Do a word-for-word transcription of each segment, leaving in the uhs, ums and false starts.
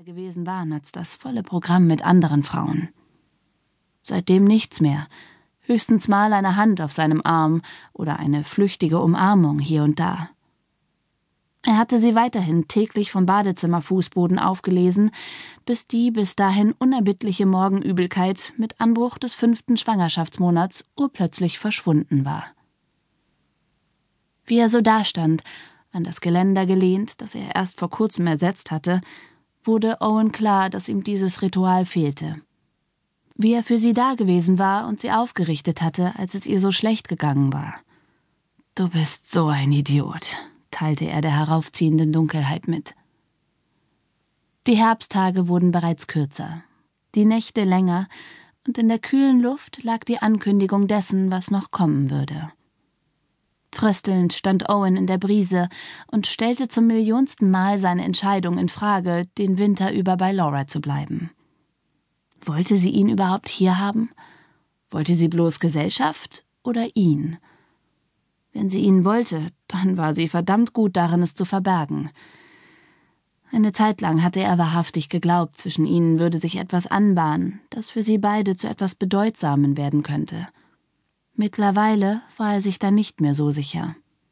gewesen waren als das volle Programm mit anderen Frauen. Seitdem nichts mehr, höchstens mal eine Hand auf seinem Arm oder eine flüchtige Umarmung hier und da. Er hatte sie weiterhin täglich vom Badezimmerfußboden aufgelesen, bis die bis dahin unerbittliche Morgenübelkeit mit Anbruch des fünften Schwangerschaftsmonats urplötzlich verschwunden war. Wie er so dastand, an das Geländer gelehnt, das er erst vor kurzem ersetzt hatte, wurde Owen klar, dass ihm dieses Ritual fehlte. Wie er für sie da gewesen war und sie aufgerichtet hatte, als es ihr so schlecht gegangen war. »Du bist so ein Idiot«, teilte er der heraufziehenden Dunkelheit mit. Die Herbsttage wurden bereits kürzer, die Nächte länger, und in der kühlen Luft lag die Ankündigung dessen, was noch kommen würde. Fröstelnd stand Owen in der Brise und stellte zum millionsten Mal seine Entscheidung in Frage, den Winter über bei Laura zu bleiben. Wollte sie ihn überhaupt hier haben? Wollte sie bloß Gesellschaft oder ihn? Wenn sie ihn wollte, dann war sie verdammt gut darin, es zu verbergen. Eine Zeit lang hatte er wahrhaftig geglaubt, zwischen ihnen würde sich etwas anbahnen, das für sie beide zu etwas Bedeutsamen werden könnte. Mittlerweile war er sich da nicht mehr so sicher.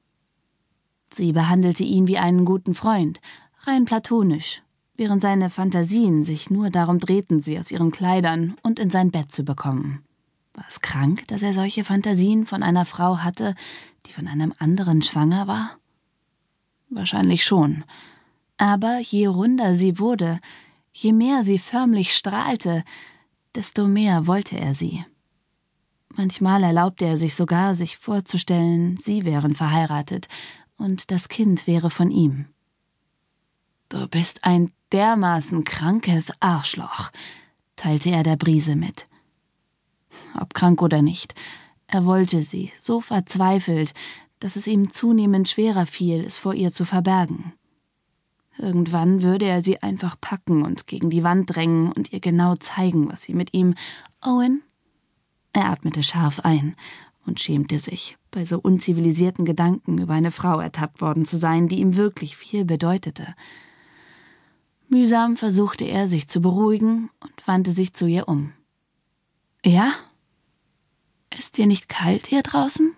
Sie behandelte ihn wie einen guten Freund, rein platonisch, während seine Fantasien sich nur darum drehten, sie aus ihren Kleidern und in sein Bett zu bekommen. War es krank, dass er solche Fantasien von einer Frau hatte, die von einem anderen schwanger war? Wahrscheinlich schon. Aber je runder sie wurde, je mehr sie förmlich strahlte, desto mehr wollte er sie. Manchmal erlaubte er sich sogar, sich vorzustellen, sie wären verheiratet und das Kind wäre von ihm. »Du bist ein dermaßen krankes Arschloch«, teilte er der Brise mit. Ob krank oder nicht, er wollte sie, so verzweifelt, dass es ihm zunehmend schwerer fiel, es vor ihr zu verbergen. Irgendwann würde er sie einfach packen und gegen die Wand drängen und ihr genau zeigen, was sie mit ihm... »Owen?« Er atmete scharf ein und schämte sich, bei so unzivilisierten Gedanken über eine Frau ertappt worden zu sein, die ihm wirklich viel bedeutete. Mühsam versuchte er, sich zu beruhigen und wandte sich zu ihr um. »Ja? Ist dir nicht kalt hier draußen?«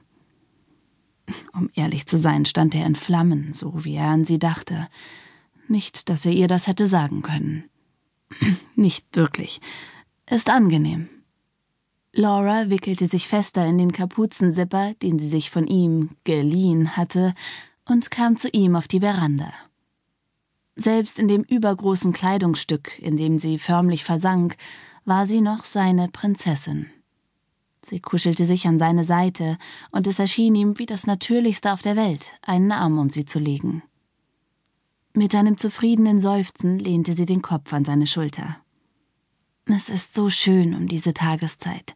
Um ehrlich zu sein, stand er in Flammen, so wie er an sie dachte. Nicht, dass er ihr das hätte sagen können. Nicht wirklich. Ist angenehm. Laura wickelte sich fester in den Kapuzenzipper, den sie sich von ihm geliehen hatte, und kam zu ihm auf die Veranda. Selbst in dem übergroßen Kleidungsstück, in dem sie förmlich versank, war sie noch seine Prinzessin. Sie kuschelte sich an seine Seite, und es erschien ihm wie das Natürlichste auf der Welt, einen Arm um sie zu legen. Mit einem zufriedenen Seufzen lehnte sie den Kopf an seine Schulter. Es ist so schön um diese Tageszeit.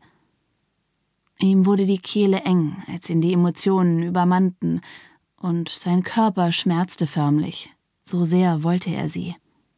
Ihm wurde die Kehle eng, als ihn die Emotionen übermannten, und sein Körper schmerzte förmlich. So sehr wollte er sie.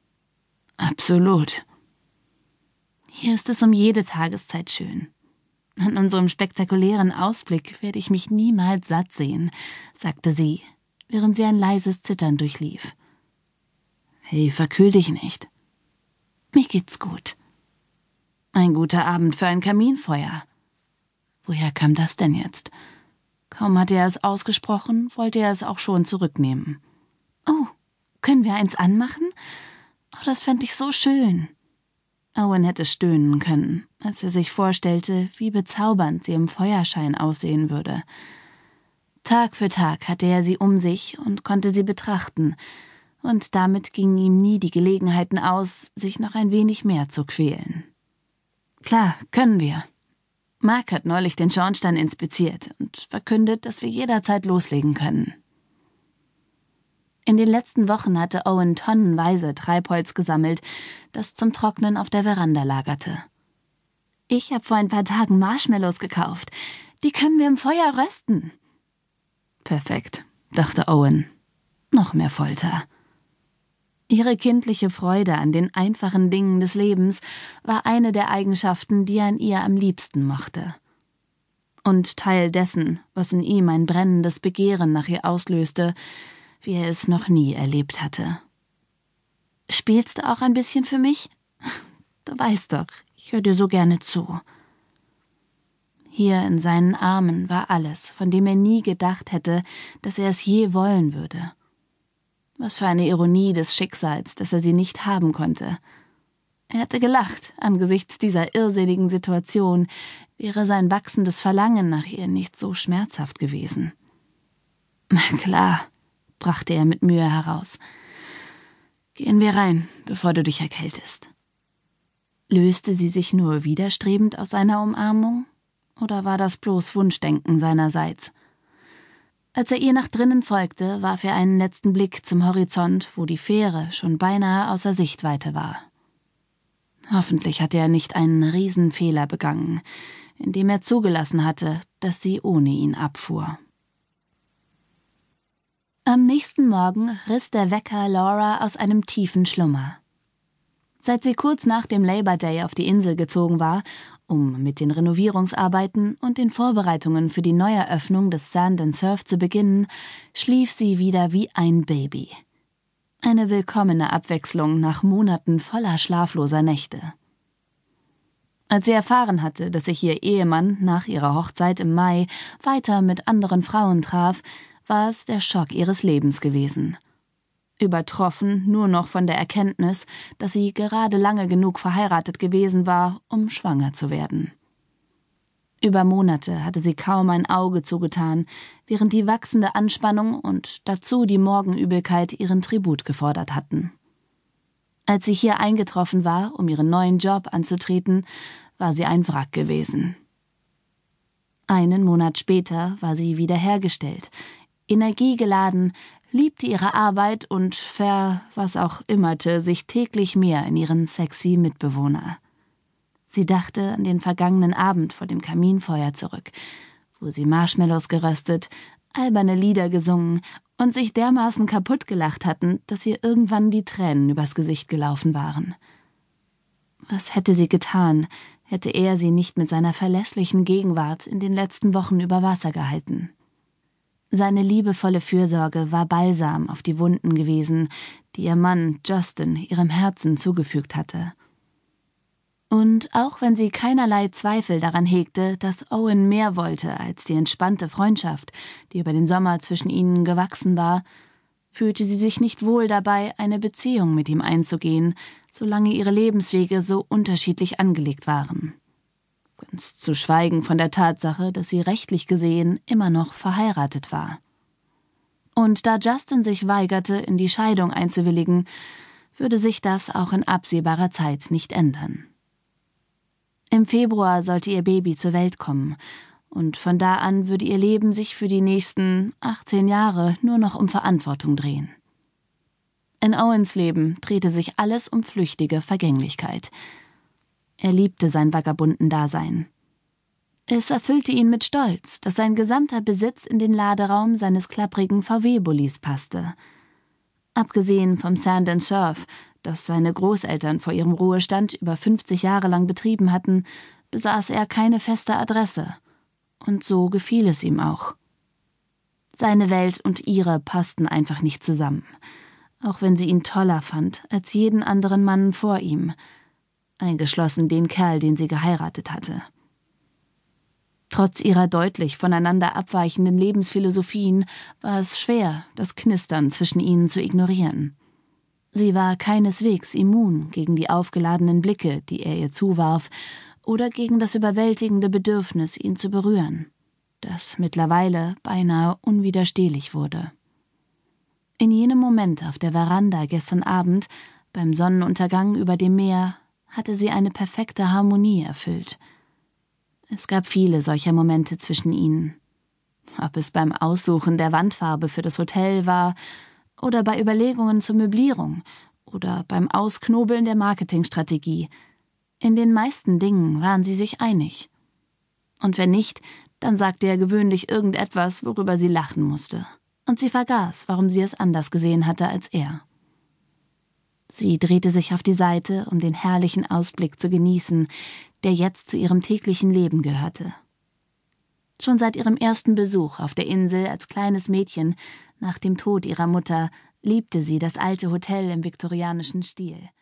Absolut. Hier ist es um jede Tageszeit schön. An unserem spektakulären Ausblick werde ich mich niemals satt sehen, sagte sie, während sie ein leises Zittern durchlief. Hey, verkühl dich nicht. Mir geht's gut. Ein guter Abend für ein Kaminfeuer. Woher kam das denn jetzt? Kaum hatte er es ausgesprochen, wollte er es auch schon zurücknehmen. Oh, können wir eins anmachen? Oh, das fände ich so schön. Owen hätte stöhnen können, als er sich vorstellte, wie bezaubernd sie im Feuerschein aussehen würde. Tag für Tag hatte er sie um sich und konnte sie betrachten, und damit gingen ihm nie die Gelegenheiten aus, sich noch ein wenig mehr zu quälen. Klar, können wir. Mark hat neulich den Schornstein inspiziert und verkündet, dass wir jederzeit loslegen können. In den letzten Wochen hatte Owen tonnenweise Treibholz gesammelt, das zum Trocknen auf der Veranda lagerte. Ich habe vor ein paar Tagen Marshmallows gekauft. Die können wir im Feuer rösten. Perfekt, dachte Owen. Noch mehr Folter. Ihre kindliche Freude an den einfachen Dingen des Lebens war eine der Eigenschaften, die er an ihr am liebsten mochte. Und Teil dessen, was in ihm ein brennendes Begehren nach ihr auslöste, wie er es noch nie erlebt hatte. »Spielst du auch ein bisschen für mich? Du weißt doch, ich höre dir so gerne zu.« Hier in seinen Armen war alles, von dem er nie gedacht hätte, dass er es je wollen würde. Was für eine Ironie des Schicksals, dass er sie nicht haben konnte. Er hatte gelacht angesichts dieser irrsinnigen Situation, wäre sein wachsendes Verlangen nach ihr nicht so schmerzhaft gewesen. »Na klar«, brachte er mit Mühe heraus. »Gehen wir rein, bevor du dich erkältest.« Löste sie sich nur widerstrebend aus seiner Umarmung? Oder war das bloß Wunschdenken seinerseits? Als er ihr nach drinnen folgte, warf er einen letzten Blick zum Horizont, wo die Fähre schon beinahe außer Sichtweite war. Hoffentlich hatte er nicht einen Riesenfehler begangen, indem er zugelassen hatte, dass sie ohne ihn abfuhr. Am nächsten Morgen riss der Wecker Laura aus einem tiefen Schlummer. Seit sie kurz nach dem Labor Day auf die Insel gezogen war, um mit den Renovierungsarbeiten und den Vorbereitungen für die Neueröffnung des Sand and Surf zu beginnen, schlief sie wieder wie ein Baby. Eine willkommene Abwechslung nach Monaten voller schlafloser Nächte. Als sie erfahren hatte, dass sich ihr Ehemann nach ihrer Hochzeit im Mai weiter mit anderen Frauen traf, war es der Schock ihres Lebens gewesen. Übertroffen nur noch von der Erkenntnis, dass sie gerade lange genug verheiratet gewesen war, um schwanger zu werden. Über Monate hatte sie kaum ein Auge zugetan, während die wachsende Anspannung und dazu die Morgenübelkeit ihren Tribut gefordert hatten. Als sie hier eingetroffen war, um ihren neuen Job anzutreten, war sie ein Wrack gewesen. Einen Monat später war sie wiederhergestellt, energiegeladen, liebte ihre Arbeit und ver... was auch immerte sich täglich mehr in ihren sexy Mitbewohner. Sie dachte an den vergangenen Abend vor dem Kaminfeuer zurück, wo sie Marshmallows geröstet, alberne Lieder gesungen und sich dermaßen kaputt gelacht hatten, dass ihr irgendwann die Tränen übers Gesicht gelaufen waren. Was hätte sie getan, hätte er sie nicht mit seiner verlässlichen Gegenwart in den letzten Wochen über Wasser gehalten? Seine liebevolle Fürsorge war Balsam auf die Wunden gewesen, die ihr Mann Justin ihrem Herzen zugefügt hatte. Und auch wenn sie keinerlei Zweifel daran hegte, dass Owen mehr wollte als die entspannte Freundschaft, die über den Sommer zwischen ihnen gewachsen war, fühlte sie sich nicht wohl dabei, eine Beziehung mit ihm einzugehen, solange ihre Lebenswege so unterschiedlich angelegt waren. Ganz zu schweigen von der Tatsache, dass sie rechtlich gesehen immer noch verheiratet war. Und da Justin sich weigerte, in die Scheidung einzuwilligen, würde sich das auch in absehbarer Zeit nicht ändern. Im Februar sollte ihr Baby zur Welt kommen, und von da an würde ihr Leben sich für die nächsten achtzehn Jahre nur noch um Verantwortung drehen. In Owens Leben drehte sich alles um flüchtige Vergänglichkeit. Er liebte sein Vagabundendasein. Es erfüllte ihn mit Stolz, dass sein gesamter Besitz in den Laderaum seines klapprigen V W-Bullis passte. Abgesehen vom Sand and Surf, das seine Großeltern vor ihrem Ruhestand über fünfzig Jahre lang betrieben hatten, besaß er keine feste Adresse. Und so gefiel es ihm auch. Seine Welt und ihre passten einfach nicht zusammen, auch wenn sie ihn toller fand als jeden anderen Mann vor ihm, eingeschlossen den Kerl, den sie geheiratet hatte. Trotz ihrer deutlich voneinander abweichenden Lebensphilosophien war es schwer, das Knistern zwischen ihnen zu ignorieren. Sie war keineswegs immun gegen die aufgeladenen Blicke, die er ihr zuwarf, oder gegen das überwältigende Bedürfnis, ihn zu berühren, das mittlerweile beinahe unwiderstehlich wurde. In jenem Moment auf der Veranda gestern Abend, beim Sonnenuntergang über dem Meer, hatte sie eine perfekte Harmonie erfüllt. Es gab viele solcher Momente zwischen ihnen. Ob es beim Aussuchen der Wandfarbe für das Hotel war, oder bei Überlegungen zur Möblierung, oder beim Ausknobeln der Marketingstrategie. In den meisten Dingen waren sie sich einig. Und wenn nicht, dann sagte er gewöhnlich irgendetwas, worüber sie lachen musste. Und sie vergaß, warum sie es anders gesehen hatte als er. Sie drehte sich auf die Seite, um den herrlichen Ausblick zu genießen, der jetzt zu ihrem täglichen Leben gehörte. Schon seit ihrem ersten Besuch auf der Insel als kleines Mädchen, nach dem Tod ihrer Mutter, liebte sie das alte Hotel im viktorianischen Stil.